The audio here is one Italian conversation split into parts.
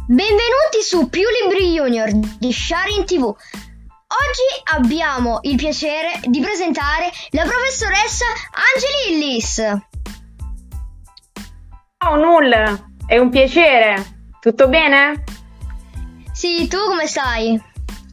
Benvenuti su Più Libri Junior di Sharing TV. Oggi abbiamo il piacere di presentare la professoressa Angelillis. Ciao Null, è un piacere. Tutto bene? Sì, tu come stai?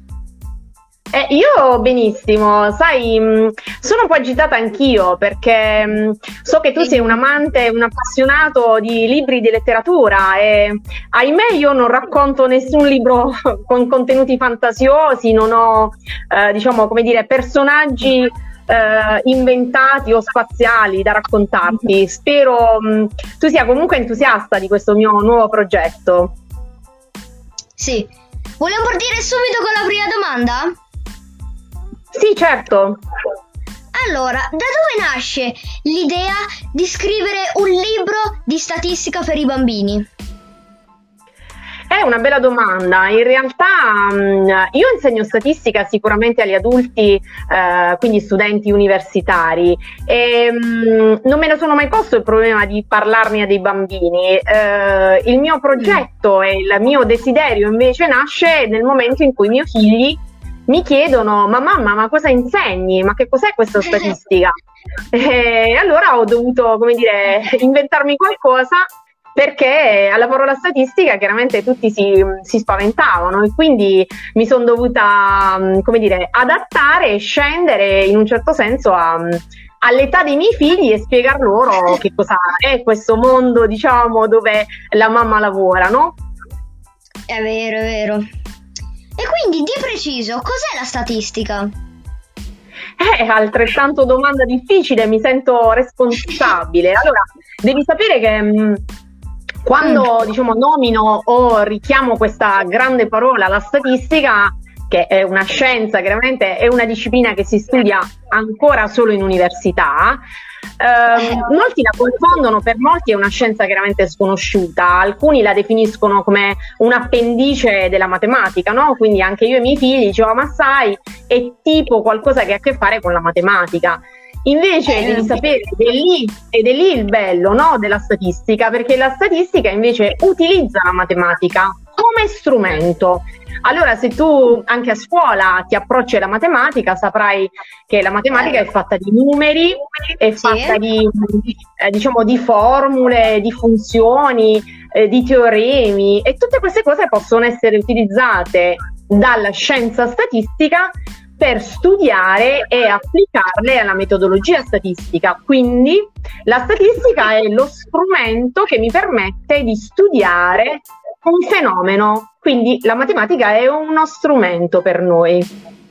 Io benissimo, sai, sono un po' agitata anch'io perché so che tu sei un amante, un appassionato di libri di letteratura e ahimè io non racconto nessun libro con contenuti fantasiosi, non ho, diciamo, come dire, personaggi inventati o spaziali da raccontarti. Spero tu sia comunque entusiasta di questo mio nuovo progetto. Sì. Vogliamo partire subito con la prima domanda? Sì, certo. Allora, da dove nasce l'idea di scrivere un libro di statistica per i bambini? È una bella domanda. In realtà io insegno statistica sicuramente agli adulti, quindi studenti universitari, e non me ne sono mai posto il problema di parlarne a dei bambini. Il mio progetto e il mio desiderio invece nasce nel momento in cui i miei figli mi chiedono: ma mamma, ma cosa insegni? Ma che cos'è questa statistica? E allora ho dovuto, come dire, inventarmi qualcosa, perché alla parola statistica chiaramente tutti si spaventavano e quindi mi sono dovuta, come dire, adattare e scendere in un certo senso all'età dei miei figli e spiegar loro che cosa è questo mondo, diciamo, dove la mamma lavora, no? È vero, è vero. E quindi, di preciso, cos'è la statistica? È altrettanto domanda difficile, mi sento responsabile. Allora, devi sapere che quando diciamo nomino o richiamo questa grande parola, la statistica, che è una scienza, chiaramente è una disciplina che si studia ancora solo in università, molti la confondono, per molti è una scienza chiaramente sconosciuta, alcuni la definiscono come un appendice della matematica, no? Quindi anche io e i miei figli dicevo: ma sai, è tipo qualcosa che ha a che fare con la matematica. Invece devi sapere, ed è lì il bello, no, della statistica, perché la statistica invece utilizza la matematica come strumento. Allora, se tu anche a scuola ti approcci alla matematica, saprai che la matematica è fatta di numeri, è fatta di, diciamo, di formule, di funzioni, di teoremi, e tutte queste cose possono essere utilizzate dalla scienza statistica per studiare e applicarle alla metodologia statistica. Quindi la statistica è lo strumento che mi permette di studiare un fenomeno, quindi la matematica è uno strumento per noi.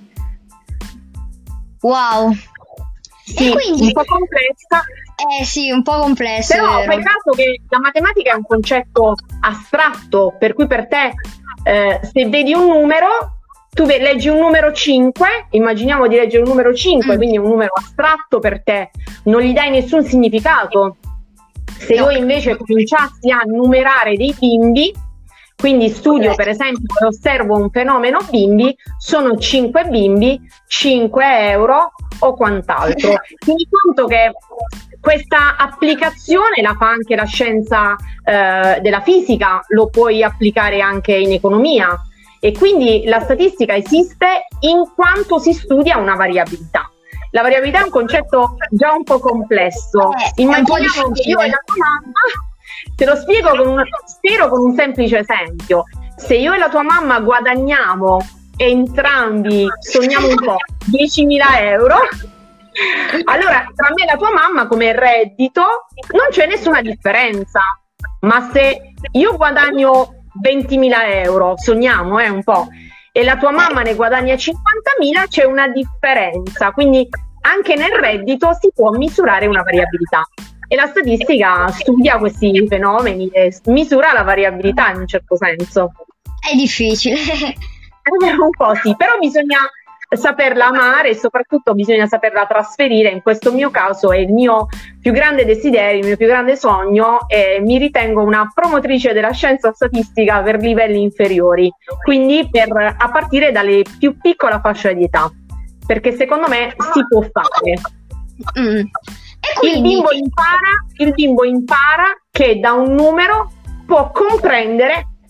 Wow! Sì, e quindi, un po' complessa. Sì, un po' complesso. Però fai caso che la matematica è un concetto astratto, per cui per te se vedi un numero, tu leggi un numero 5, immaginiamo di leggere un numero 5, quindi un numero astratto per te, non gli dai nessun significato. Se io invece cominciassi a numerare dei bimbi, quindi studio per esempio e osservo un fenomeno bimbi, sono 5 bimbi, 5 euro o quant'altro. Quindi conto che questa applicazione la fa anche la scienza della fisica, lo puoi applicare anche in economia. E quindi la statistica esiste in quanto si studia una variabilità. La variabilità è un concetto già un po' complesso. Immaginiamo che io e la tua mamma, te lo spiego spero con un semplice esempio. Se io e la tua mamma guadagniamo entrambi, sogniamo un po', 10.000 euro, allora tra me e la tua mamma come reddito non c'è nessuna differenza. Ma se io guadagno 20.000 euro, sogniamo un po', e la tua mamma ne guadagna 50.000, c'è una differenza, quindi anche nel reddito si può misurare una variabilità e la statistica studia questi fenomeni e misura la variabilità in un certo senso. È difficile. Un po' sì, però bisogna saperla amare e soprattutto bisogna saperla trasferire. In questo mio caso è il mio più grande desiderio, il mio più grande sogno, e mi ritengo una promotrice della scienza statistica per livelli inferiori, quindi a partire dalle più piccola fascia di età, perché secondo me si può fare. E quindi il bimbo impara che da un numero può comprendere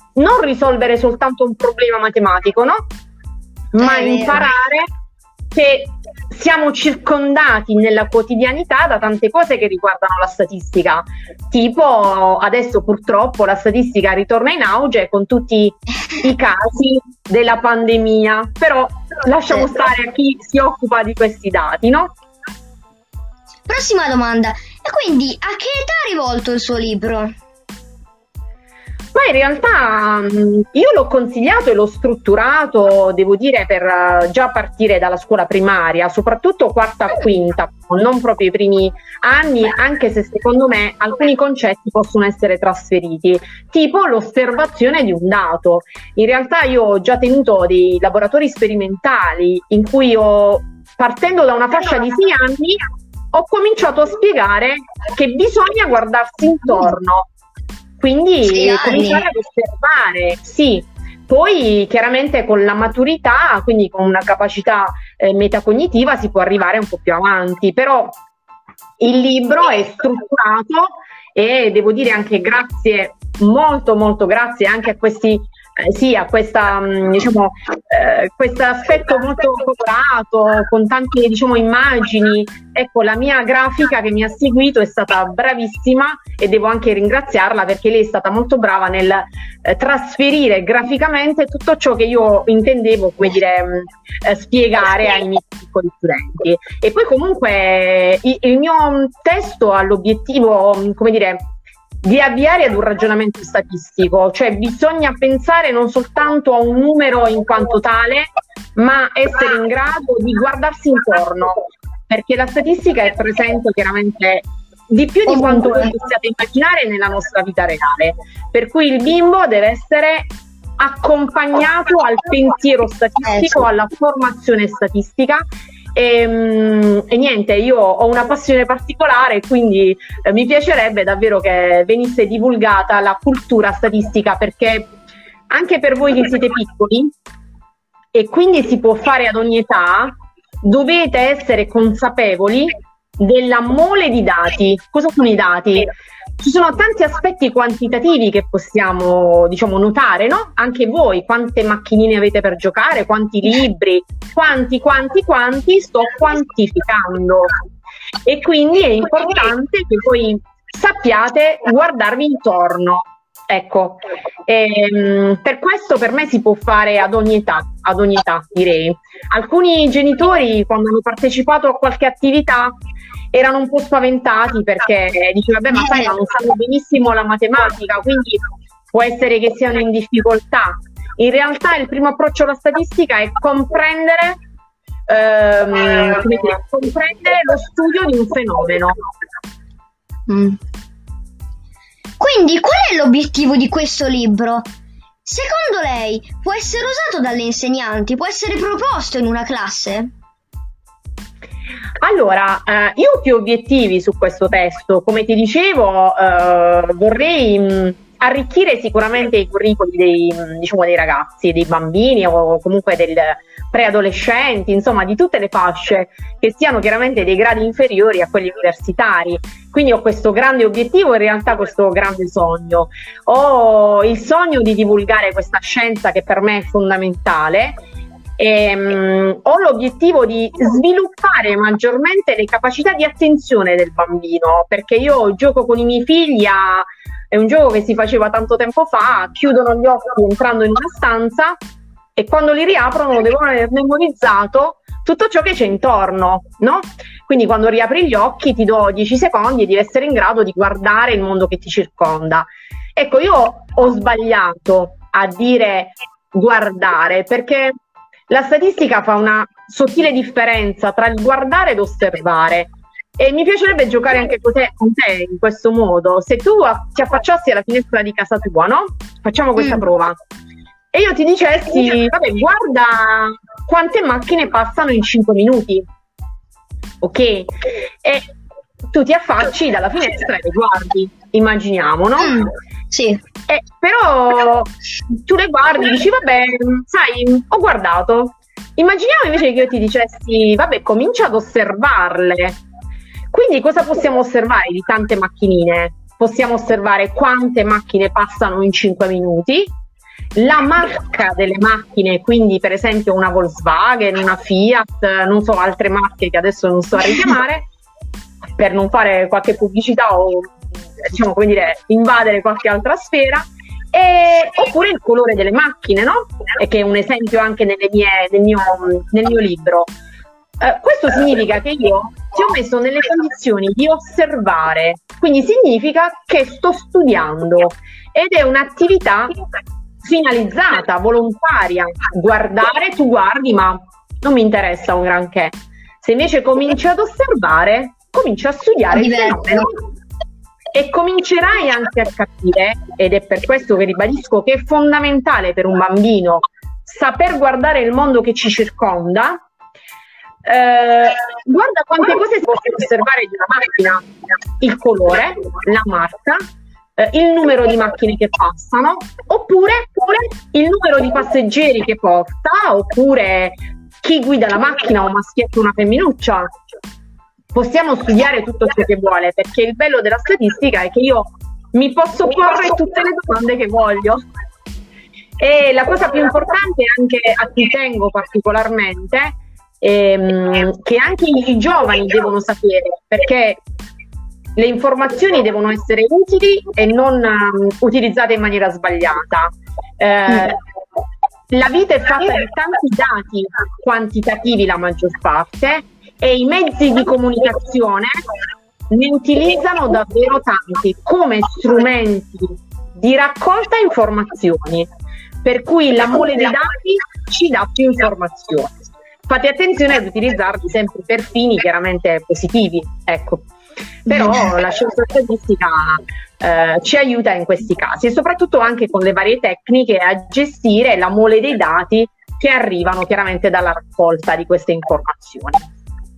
non risolvere soltanto un problema matematico, no? Ma imparare che siamo circondati nella quotidianità da tante cose che riguardano la statistica, tipo adesso purtroppo la statistica ritorna in auge con tutti i casi della pandemia, però lasciamo stare a chi si occupa di questi dati, no? Prossima domanda, e quindi a che età è rivolto il suo libro? Ma in realtà io l'ho consigliato e l'ho strutturato, devo dire, per già partire dalla scuola primaria, soprattutto quarta e quinta, non proprio i primi anni, anche se secondo me alcuni concetti possono essere trasferiti, tipo l'osservazione di un dato. In realtà io ho già tenuto dei laboratori sperimentali in cui partendo da una fascia di 6 anni, ho cominciato a spiegare che bisogna guardarsi intorno. Quindi cominciare ad osservare, sì. Poi chiaramente con la maturità, quindi con una capacità metacognitiva si può arrivare un po' più avanti, però il libro è strutturato e devo dire anche grazie, molto molto grazie anche a questi a questa, diciamo, questo aspetto molto colorato, con tante, diciamo, immagini. Ecco, la mia grafica che mi ha seguito è stata bravissima e devo anche ringraziarla perché lei è stata molto brava nel trasferire graficamente tutto ciò che io intendevo, come dire, spiegare ai miei piccoli studenti. E poi comunque il mio testo ha l'obiettivo, come dire, di avviare ad un ragionamento statistico, cioè bisogna pensare non soltanto a un numero in quanto tale, ma essere in grado di guardarsi intorno, perché la statistica è presente chiaramente di più di quanto voi possiate immaginare nella nostra vita reale, per cui il bimbo deve essere accompagnato al pensiero statistico, alla formazione statistica. E niente, io ho una passione particolare, quindi mi piacerebbe davvero che venisse divulgata la cultura statistica, perché anche per voi che siete piccoli, e quindi si può fare ad ogni età, dovete essere consapevoli della mole di dati. Cosa sono i dati? Ci sono tanti aspetti quantitativi che possiamo, diciamo, notare, no? Anche voi, quante macchinine avete per giocare, quanti libri, quanti, sto quantificando. E quindi è importante che voi sappiate guardarvi intorno. Ecco, per questo per me si può fare ad ogni età direi. Alcuni genitori, quando hanno partecipato a qualche attività, erano un po' spaventati perché dicevano, vabbè, ma sai, ma non sanno benissimo la matematica, quindi può essere che siano in difficoltà. In realtà il primo approccio alla statistica è comprendere lo studio di un fenomeno. Quindi qual è l'obiettivo di questo libro? Secondo lei può essere usato dalle insegnanti? Può essere proposto in una classe? Allora, io ho più obiettivi su questo testo. Come ti dicevo, vorrei arricchire sicuramente i curricoli dei ragazzi, dei bambini o comunque dei preadolescenti, insomma di tutte le fasce, che siano chiaramente dei gradi inferiori a quelli universitari. Quindi ho questo grande obiettivo, in realtà questo grande sogno. Ho il sogno di divulgare questa scienza che per me è fondamentale. Ho l'obiettivo di sviluppare maggiormente le capacità di attenzione del bambino, perché io gioco con i miei figli è un gioco che si faceva tanto tempo fa, chiudono gli occhi entrando in una stanza e quando li riaprono devono aver memorizzato tutto ciò che c'è intorno, no? Quindi quando riapri gli occhi ti do 10 secondi e devi essere in grado di guardare il mondo che ti circonda. Ecco, io ho sbagliato a dire guardare, perché la statistica fa una sottile differenza tra il guardare ed osservare. E mi piacerebbe giocare anche con te in questo modo. Se tu ti affacciassi alla finestra di casa tua, no? Facciamo questa prova. E io ti dicessi, vabbè, guarda quante macchine passano in 5 minuti. Ok? E tu ti affacci dalla finestra e le guardi, immaginiamo, no? Sì. Però tu le guardi, dici, vabbè, sai, ho guardato. Immaginiamo invece che io ti dicessi, vabbè, comincia ad osservarle. Quindi cosa possiamo osservare di tante macchinine? Possiamo osservare quante macchine passano in 5 minuti, la marca delle macchine, quindi per esempio una Volkswagen, una Fiat, non so, altre marche che adesso non sto a richiamare per non fare qualche pubblicità o, diciamo, come dire, invadere qualche altra sfera. Oppure il colore delle macchine, no? Che è un esempio anche nel mio libro. Questo significa che io ti ho messo nelle condizioni di osservare, quindi significa che sto studiando ed è un'attività finalizzata, volontaria. Guardare, tu guardi, ma non mi interessa un granché. Se invece cominci ad osservare, cominci a studiare il fenomeno e comincerai anche a capire, ed è per questo che ribadisco che è fondamentale per un bambino saper guardare il mondo che ci circonda. Guarda quante cose si possono osservare di una macchina: il colore, la marca, il numero di macchine che passano, oppure il numero di passeggeri che porta, oppure chi guida la macchina, un maschietto o una femminuccia. Possiamo studiare tutto ciò che vuole, perché il bello della statistica è che io mi posso porre tutte le domande che voglio. E la cosa più importante, anche a cui tengo particolarmente, che anche i giovani devono sapere, perché le informazioni devono essere utili e non utilizzate in maniera sbagliata. La vita è fatta di tanti dati quantitativi, la maggior parte, e i mezzi di comunicazione ne utilizzano davvero tanti come strumenti di raccolta informazioni, per cui la mole dei dati ci dà più informazioni. Fate attenzione ad utilizzarli sempre per fini chiaramente positivi, ecco. Però la scienza statistica ci aiuta in questi casi, e soprattutto anche con le varie tecniche a gestire la mole dei dati che arrivano chiaramente dalla raccolta di queste informazioni.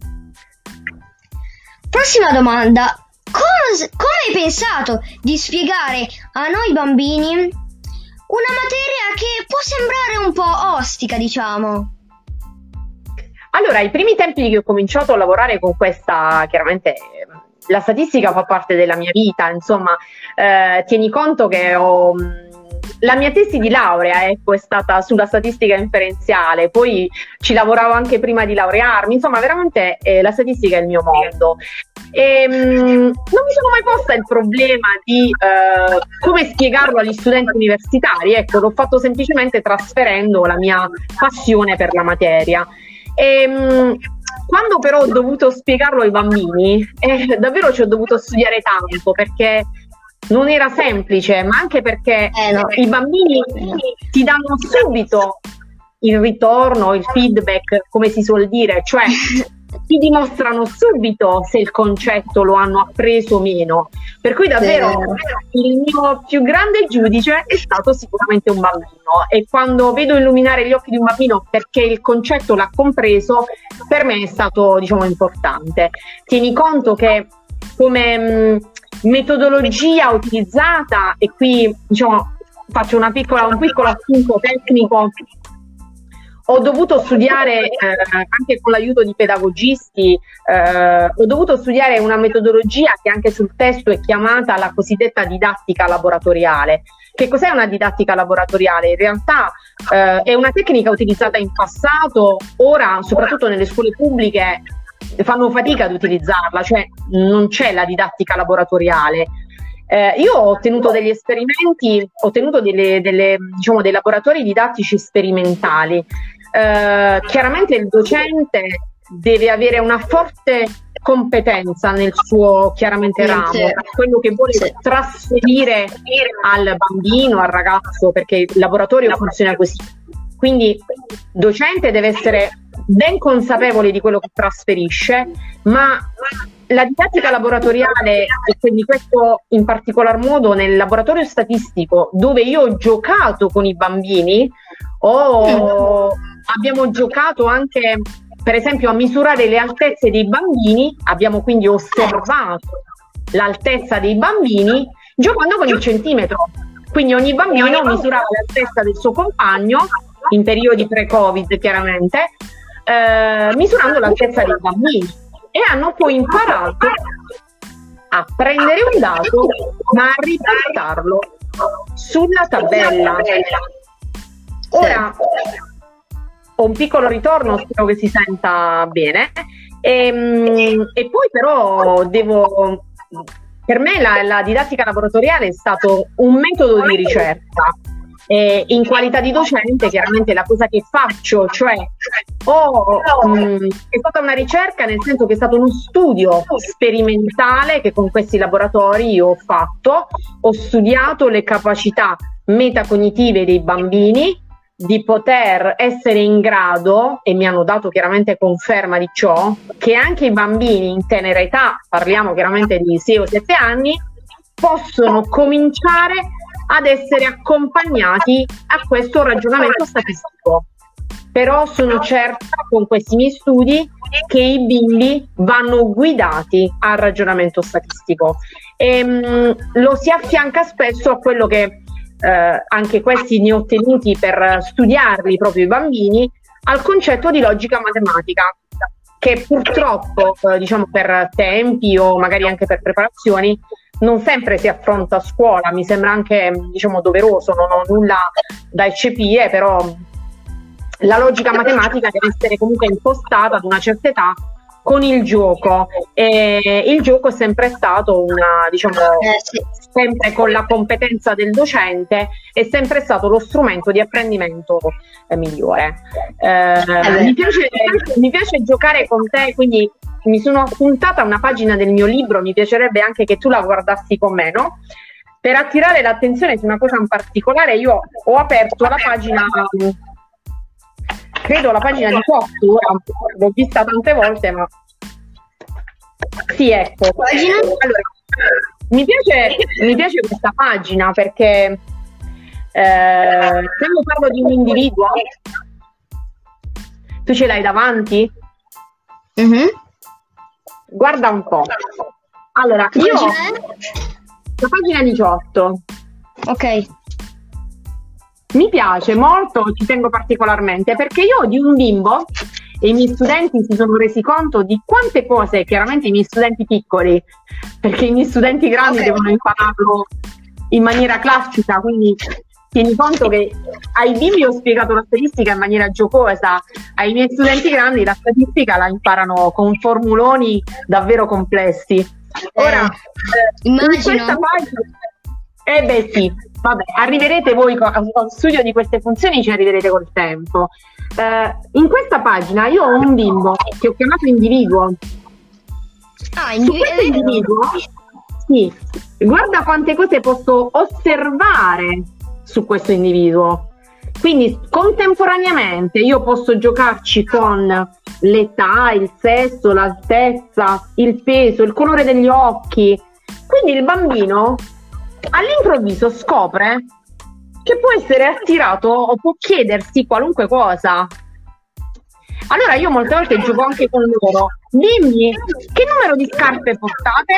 Prossima domanda: come hai pensato di spiegare a noi bambini una materia che può sembrare un po' ostica, diciamo? Allora, ai primi tempi che ho cominciato a lavorare con questa, chiaramente la statistica fa parte della mia vita, insomma, tieni conto che la mia tesi di laurea, ecco, è stata sulla statistica inferenziale, poi ci lavoravo anche prima di laurearmi, insomma, veramente la statistica è il mio mondo. E, non mi sono mai posta il problema di come spiegarlo agli studenti universitari, ecco, l'ho fatto semplicemente trasferendo la mia passione per la materia. Quando però ho dovuto spiegarlo ai bambini, davvero ci ho dovuto studiare tanto, perché non era semplice, ma anche perché no. I bambini ti danno subito il ritorno, il feedback, come si suol dire, cioè ti dimostrano subito se il concetto lo hanno appreso o meno. Per cui davvero il mio più grande giudice è stato sicuramente un bambino, e quando vedo illuminare gli occhi di un bambino perché il concetto l'ha compreso, per me è stato, diciamo, importante. Tieni conto che come metodologia utilizzata, e qui, diciamo, faccio un piccolo appunto tecnico, ho dovuto studiare anche con l'aiuto di pedagogisti, ho dovuto studiare una metodologia che anche sul testo è chiamata la cosiddetta didattica laboratoriale. Che cos'è una didattica laboratoriale? In realtà è una tecnica utilizzata in passato, ora soprattutto nelle scuole pubbliche fanno fatica ad utilizzarla, cioè non c'è la didattica laboratoriale. Io ho tenuto degli esperimenti, ho tenuto diciamo, dei laboratori didattici sperimentali. Chiaramente il docente deve avere una forte competenza nel suo chiaramente ramo, quello che vuole trasferire al bambino, al ragazzo, perché il laboratorio funziona così. Quindi il docente deve essere ben consapevole di quello che trasferisce, ma la didattica laboratoriale, e quindi questo in particolar modo nel laboratorio statistico, dove io ho giocato con i bambini, abbiamo giocato anche per esempio a misurare le altezze dei bambini, abbiamo quindi osservato l'altezza dei bambini giocando con il centimetro. Quindi ogni bambino misurava l'altezza del suo compagno, in periodi pre-Covid chiaramente, misurando l'altezza dei bambini, e hanno poi imparato a prendere un dato ma a riportarlo sulla tabella. Ora ho un piccolo ritorno, spero che si senta bene. E poi però per me la didattica laboratoriale è stato un metodo di ricerca. In qualità di docente, chiaramente la cosa che faccio, cioè è stata una ricerca, nel senso che è stato uno studio sperimentale che con questi laboratori io ho fatto. Ho studiato le capacità metacognitive dei bambini di poter essere in grado, e mi hanno dato chiaramente conferma di ciò, che anche i bambini in tenera età, parliamo chiaramente di 6 o 7 anni, possono cominciare ad essere accompagnati a questo ragionamento statistico. Però sono certa con questi miei studi che i bimbi vanno guidati al ragionamento statistico, e lo si affianca spesso a quello che anche questi ne ho ottenuti per studiarli proprio i bambini, al concetto di logica matematica, che purtroppo diciamo per tempi o magari anche per preparazioni non sempre si affronta a scuola. Mi sembra anche diciamo doveroso, non ho nulla da eccepire, però la logica matematica deve essere comunque impostata ad una certa età con il gioco, e il gioco è sempre stato sempre con la competenza del docente, è sempre stato lo strumento di apprendimento migliore. Mi piace giocare con te, quindi mi sono appuntata una pagina del mio libro, mi piacerebbe anche che tu la guardassi con me, no? Per attirare l'attenzione su una cosa in particolare. Io ho aperto la pagina, credo la pagina 18, l'ho vista tante volte, ma sì, ecco. Allora, mi piace questa pagina perché quando parlo di un individuo, tu ce l'hai davanti? Mm-hmm. Guarda un po'. Allora, io la pagina 18. Ok. Mi piace molto, ci tengo particolarmente, perché io di un bimbo, e i miei studenti si sono resi conto di quante cose, chiaramente i miei studenti piccoli, perché i miei studenti grandi devono impararlo in maniera classica, quindi tieni conto che ai bimbi ho spiegato la statistica in maniera giocosa, ai miei studenti grandi la statistica la imparano con formuloni davvero complessi. Ora, immagino. In questa pagina, beh sì, vabbè, arriverete voi allo studio di queste funzioni, ci arriverete col tempo. In questa pagina io ho un bimbo che ho chiamato individuo. Su questo individuo, sì, guarda quante cose posso osservare su questo individuo. Quindi contemporaneamente io posso giocarci con l'età, il sesso, l'altezza, il peso, il colore degli occhi. Quindi il bambino all'improvviso scopre che può essere attirato o può chiedersi qualunque cosa. Allora io molte volte gioco anche con loro. Dimmi che numero di scarpe portate?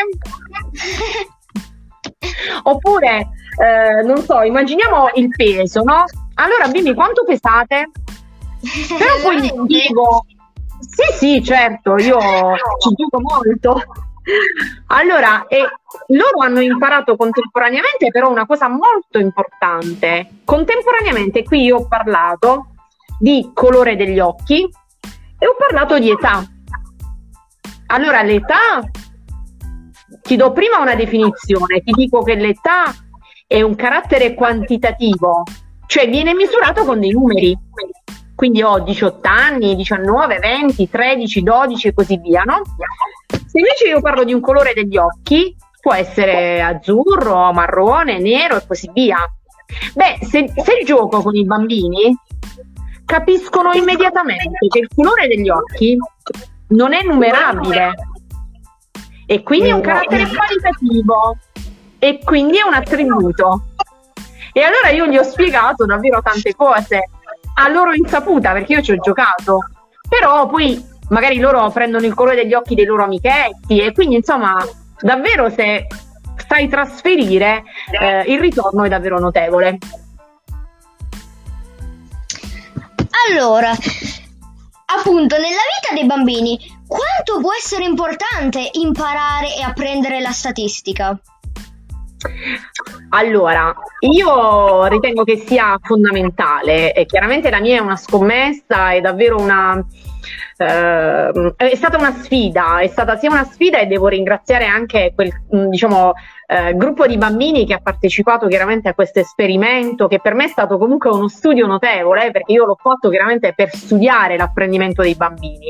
Oppure, non so, immaginiamo il peso, no? Allora bimbi, quanto pesate? Però poi dico, sì, certo, io ci gioco molto. Allora, loro hanno imparato contemporaneamente però una cosa molto importante. Contemporaneamente qui io ho parlato di colore degli occhi e ho parlato di età. Allora l'età, ti do prima una definizione, ti dico che l'età è un carattere quantitativo, cioè viene misurato con dei numeri. Quindi ho 18 anni, 19, 20, 13, 12 e così via, no? Se invece io parlo di un colore degli occhi, può essere azzurro, marrone, nero e così via. Beh, se gioco con i bambini, capiscono immediatamente che il colore degli occhi non è numerabile e quindi è un carattere qualitativo e quindi è un attributo. E allora io gli ho spiegato davvero tante cose a loro insaputa, perché io ci ho giocato, però poi magari loro prendono il colore degli occhi dei loro amichetti e quindi insomma davvero se sai trasferire il ritorno è davvero notevole. Allora, appunto, nella vita dei bambini quanto può essere importante imparare e apprendere la statistica? Allora, io ritengo che sia fondamentale e chiaramente la mia è una scommessa, è davvero è stata una sfida, è stata sia una sfida e devo ringraziare anche quel, diciamo, gruppo di bambini che ha partecipato chiaramente a questo esperimento, che per me è stato comunque uno studio notevole, perché io l'ho fatto chiaramente per studiare l'apprendimento dei bambini.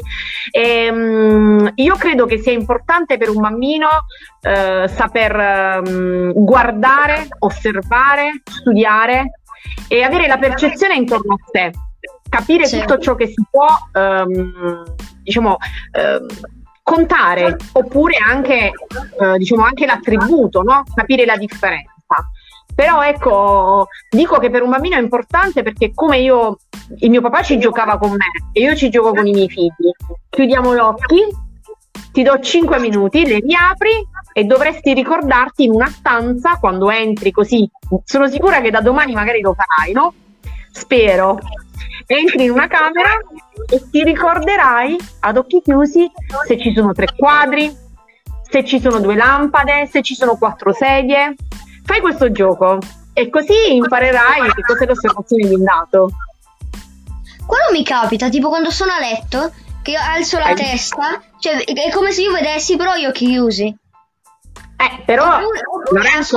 Io credo che sia importante per un bambino saper guardare, osservare, studiare e avere la percezione intorno a sé, capire tutto ciò che si può, diciamo, contare, oppure anche, diciamo, anche l'attributo, no? Capire la differenza. Però ecco, dico che per un bambino è importante perché come il mio papà ci giocava con me e io ci gioco con i miei figli. Chiudiamo gli occhi, ti do 5 minuti, le riapri e dovresti ricordarti in una stanza quando entri, così sono sicura che da domani magari lo farai, no? Spero. Entri in una camera e ti ricorderai ad occhi chiusi se ci sono 3 quadri, se ci sono 2 lampade, se ci sono 4 sedie. Fai questo gioco e così imparerai che cos'è l'osservazione di un dato. Quando mi capita, tipo quando sono a letto, che io alzo la testa, cioè è come se io vedessi però gli occhi chiusi. Però Lorenzo,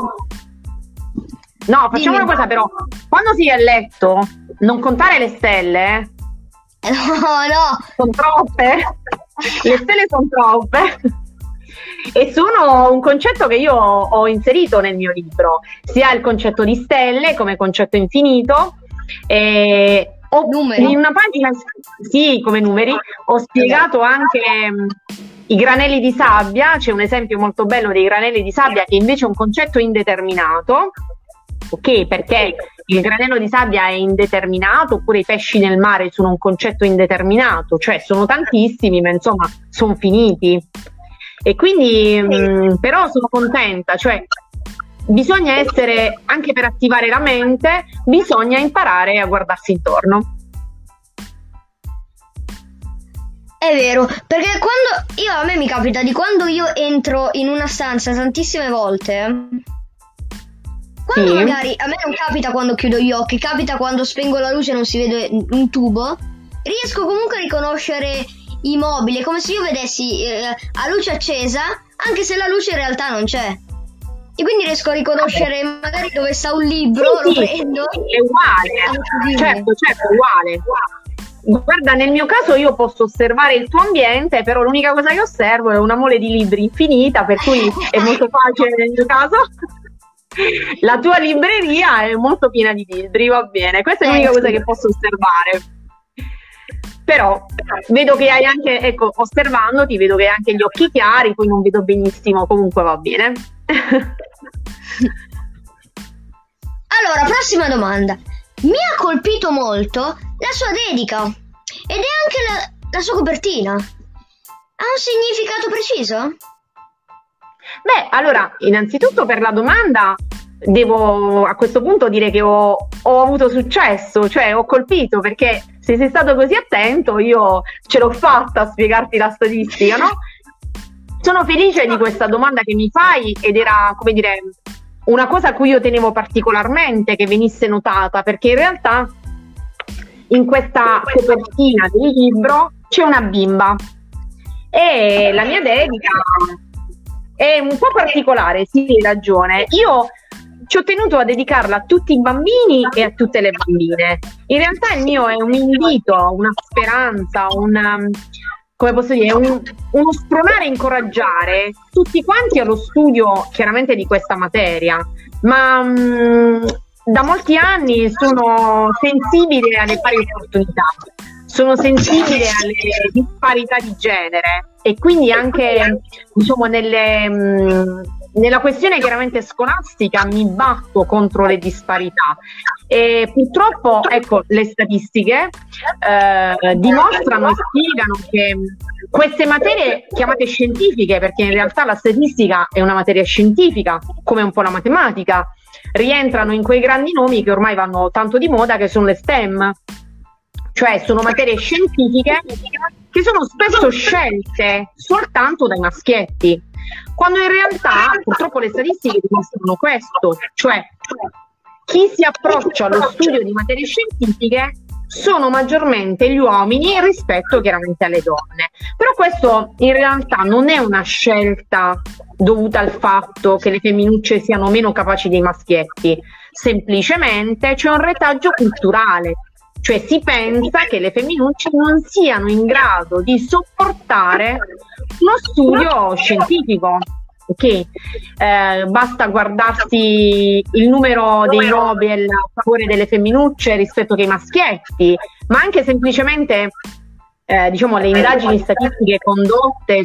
no, facciamo una cosa però, quando sei a letto, non contare le stelle. No. Sono troppe. Le stelle sono troppe. E sono un concetto che io ho inserito nel mio libro, sia il concetto di stelle come concetto infinito. In una pagina, sì, come numeri, ho spiegato anche i granelli di sabbia. C'è un esempio molto bello dei granelli di sabbia che invece è un concetto indeterminato. Ok, perché il granello di sabbia è indeterminato, oppure i pesci nel mare sono un concetto indeterminato, cioè sono tantissimi, ma insomma sono finiti. E quindi però sono contenta, cioè bisogna essere, anche per attivare la mente, bisogna imparare a guardarsi intorno. È vero, perché a me mi capita di quando io entro in una stanza tantissime volte, quando magari a me non capita quando chiudo gli occhi, capita quando spengo la luce e non si vede un tubo, riesco comunque a riconoscere i mobili, è come se io vedessi a luce accesa, anche se la luce in realtà non c'è. E quindi riesco a riconoscere magari dove sta un libro, lo prendo. È uguale, certo, è uguale. Guarda, nel mio caso io posso osservare il tuo ambiente, però l'unica cosa che osservo è una mole di libri infinita, per cui è molto facile nel mio caso. La tua libreria è molto piena di libri, va bene, questa è l'unica cosa che posso osservare. Però vedo che hai anche, ecco, osservandoti, vedo che hai anche gli occhi chiari, poi non vedo benissimo, comunque va bene. Allora, prossima domanda. Mi ha colpito molto la sua dedica ed è anche la sua copertina. Ha un significato preciso? Beh, allora, innanzitutto per la domanda devo a questo punto dire che ho avuto successo, cioè ho colpito, perché se sei stato così attento io ce l'ho fatta a spiegarti la statistica, no? Sono felice di questa domanda che mi fai ed era, come dire, una cosa a cui io tenevo particolarmente che venisse notata, perché in realtà in questa copertina del libro c'è una bimba e la mia dedica è un po' particolare, sì, hai ragione. Io ci ho tenuto a dedicarla a tutti i bambini e a tutte le bambine. In realtà il mio è un invito, una speranza, come posso dire, uno spronare e incoraggiare tutti quanti allo studio chiaramente di questa materia, ma da molti anni sono sensibile alle pari opportunità, sono sensibile alle disparità di genere e quindi anche, diciamo, nella questione chiaramente scolastica mi batto contro le disparità e purtroppo, ecco, le statistiche dimostrano e spiegano che queste materie chiamate scientifiche, perché in realtà la statistica è una materia scientifica come un po' la matematica, rientrano in quei grandi nomi che ormai vanno tanto di moda, che sono le STEM, cioè sono materie scientifiche che sono spesso scelte soltanto dai maschietti. quando in realtà purtroppo le statistiche dimostrano questo, cioè chi si approccia allo studio di materie scientifiche sono maggiormente gli uomini rispetto chiaramente alle donne. Però questo in realtà non è una scelta dovuta al fatto che le femminucce siano meno capaci dei maschietti, semplicemente c'è un retaggio culturale, cioè si pensa che le femminucce non siano in grado di sopportare uno studio scientifico. Ok, basta guardarsi il numero dei Nobel a favore delle femminucce rispetto che ai maschietti, ma anche semplicemente diciamo le indagini statistiche condotte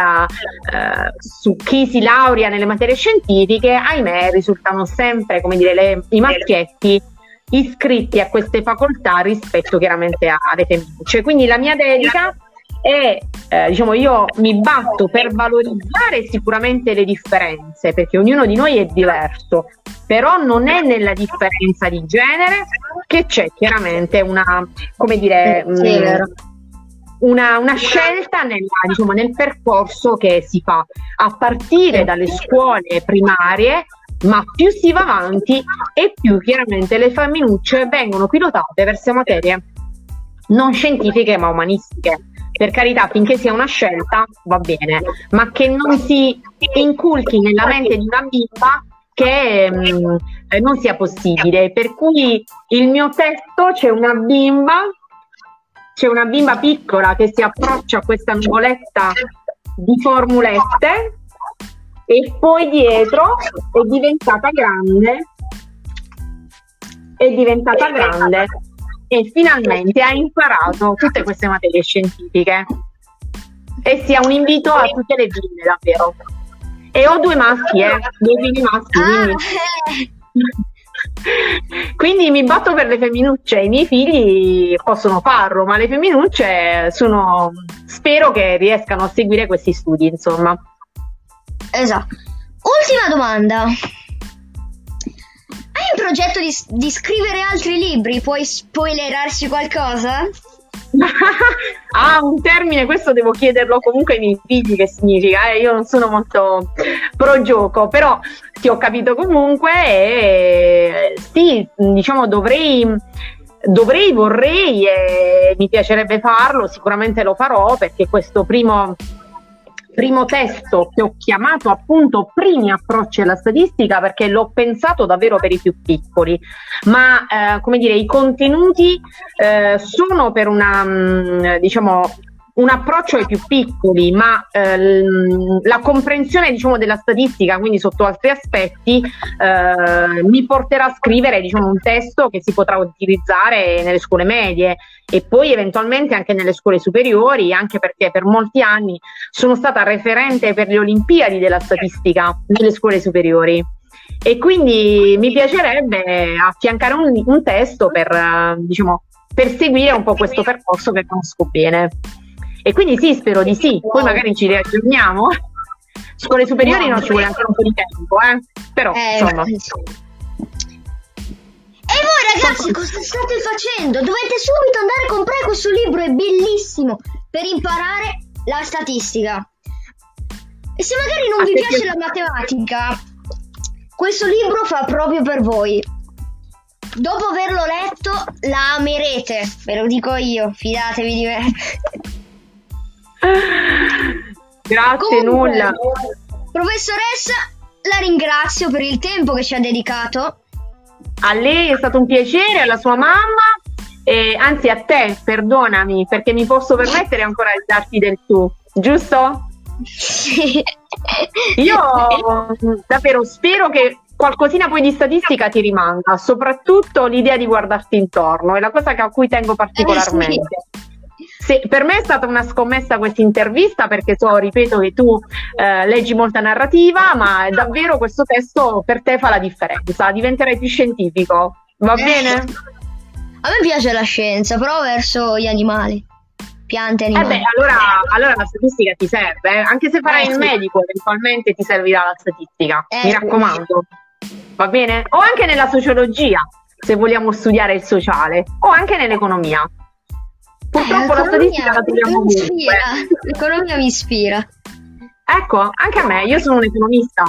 su chi si laurea nelle materie scientifiche, ahimè, risultano sempre, come dire, i maschietti iscritti a queste facoltà rispetto chiaramente alle femminucce. Quindi la mia dedica è, diciamo, io mi batto per valorizzare sicuramente le differenze, perché ognuno di noi è diverso, però non è nella differenza di genere che c'è chiaramente una, come dire, una scelta diciamo, nel percorso che si fa a partire dalle scuole primarie, ma più si va avanti e più chiaramente le femminucce vengono pilotate verso materie non scientifiche ma umanistiche. Per carità, finché sia una scelta va bene, ma che non si inculchi nella mente di una bimba che non sia possibile. Per cui il mio testo c'è una bimba piccola che si approccia a questa nuvoletta di formulette e poi dietro è diventata grande e finalmente ha imparato tutte queste materie scientifiche. E sia un invito a tutte le bimbe, davvero. E ho due maschi, due figli maschi, quindi mi batto per le femminucce. I miei figli possono farlo, ma le femminucce spero che riescano a seguire questi studi, insomma. Esatto. Ultima domanda. Hai in progetto di scrivere altri libri? Puoi spoilerarci qualcosa? Un termine, questo devo chiederlo comunque ai miei figli che significa, io non sono molto pro gioco, però ti ho capito comunque e sì, diciamo vorrei e mi piacerebbe farlo, sicuramente lo farò, perché questo primo testo che ho chiamato appunto primi approcci alla statistica, perché l'ho pensato davvero per i più piccoli, ma come dire, i contenuti sono per diciamo un approccio ai più piccoli, ma la comprensione, diciamo, della statistica, quindi sotto altri aspetti, mi porterà a scrivere, diciamo, un testo che si potrà utilizzare nelle scuole medie e poi eventualmente anche nelle scuole superiori, anche perché per molti anni sono stata referente per le Olimpiadi della statistica nelle scuole superiori. E quindi mi piacerebbe affiancare un testo per, diciamo, per seguire un po' questo percorso che conosco bene. E quindi sì, spero di sì, poi magari ci riaggiorniamo. Scuole superiori non ci vuole ancora un po' di tempo, però insomma. E voi ragazzi cosa state facendo? Dovete subito andare a comprare questo libro, è bellissimo, per imparare la statistica. E se magari non vi piace la matematica, questo libro fa proprio per voi. Dopo averlo letto la amerete, ve lo dico io, fidatevi di me. Grazie. Comunque, nulla. Professoressa, la ringrazio per il tempo che ci ha dedicato. A lei è stato un piacere, alla sua mamma, anzi a te, perdonami, perché mi posso permettere ancora di darti del tu, giusto? Sì. Io davvero spero che qualcosina poi di statistica ti rimanga, soprattutto l'idea di guardarti intorno, è la cosa a cui tengo particolarmente. Sì, per me è stata una scommessa questa intervista, perché ripeto che tu leggi molta narrativa, ma davvero questo testo per te fa la differenza, diventerai più scientifico, va bene? A me piace la scienza, però verso gli animali, piante, animali. Allora la statistica ti serve, anche se farai il medico eventualmente ti servirà la statistica, mi raccomando, va bene? O anche nella sociologia, se vogliamo studiare il sociale, o anche nell'economia. Purtroppo la statistica la troviamo ovunque. L'economia mi ispira. Ecco, anche a me, io sono un economista.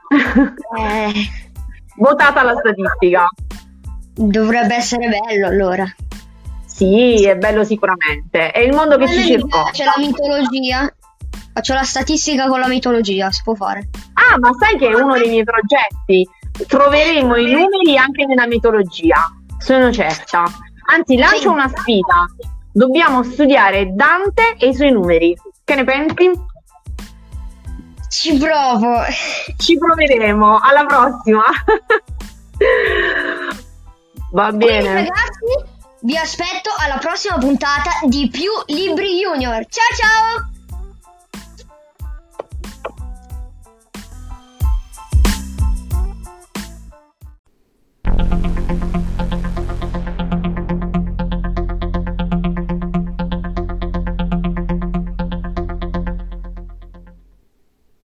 Votata la statistica. Dovrebbe essere bello allora. Sì, è bello sicuramente. È il mondo che ci circonda. C'è la mitologia. Faccio la statistica con la mitologia, si può fare. Ah, ma sai che è uno dei miei progetti? Troveremo i numeri anche nella mitologia, sono certa. Anzi, lancio una sfida. Dobbiamo studiare Dante e i suoi numeri. Che ne pensi? Ci provo. Ci proveremo. Alla prossima. Va bene. Quindi, ragazzi, vi aspetto alla prossima puntata di Più Libri Junior. Ciao ciao!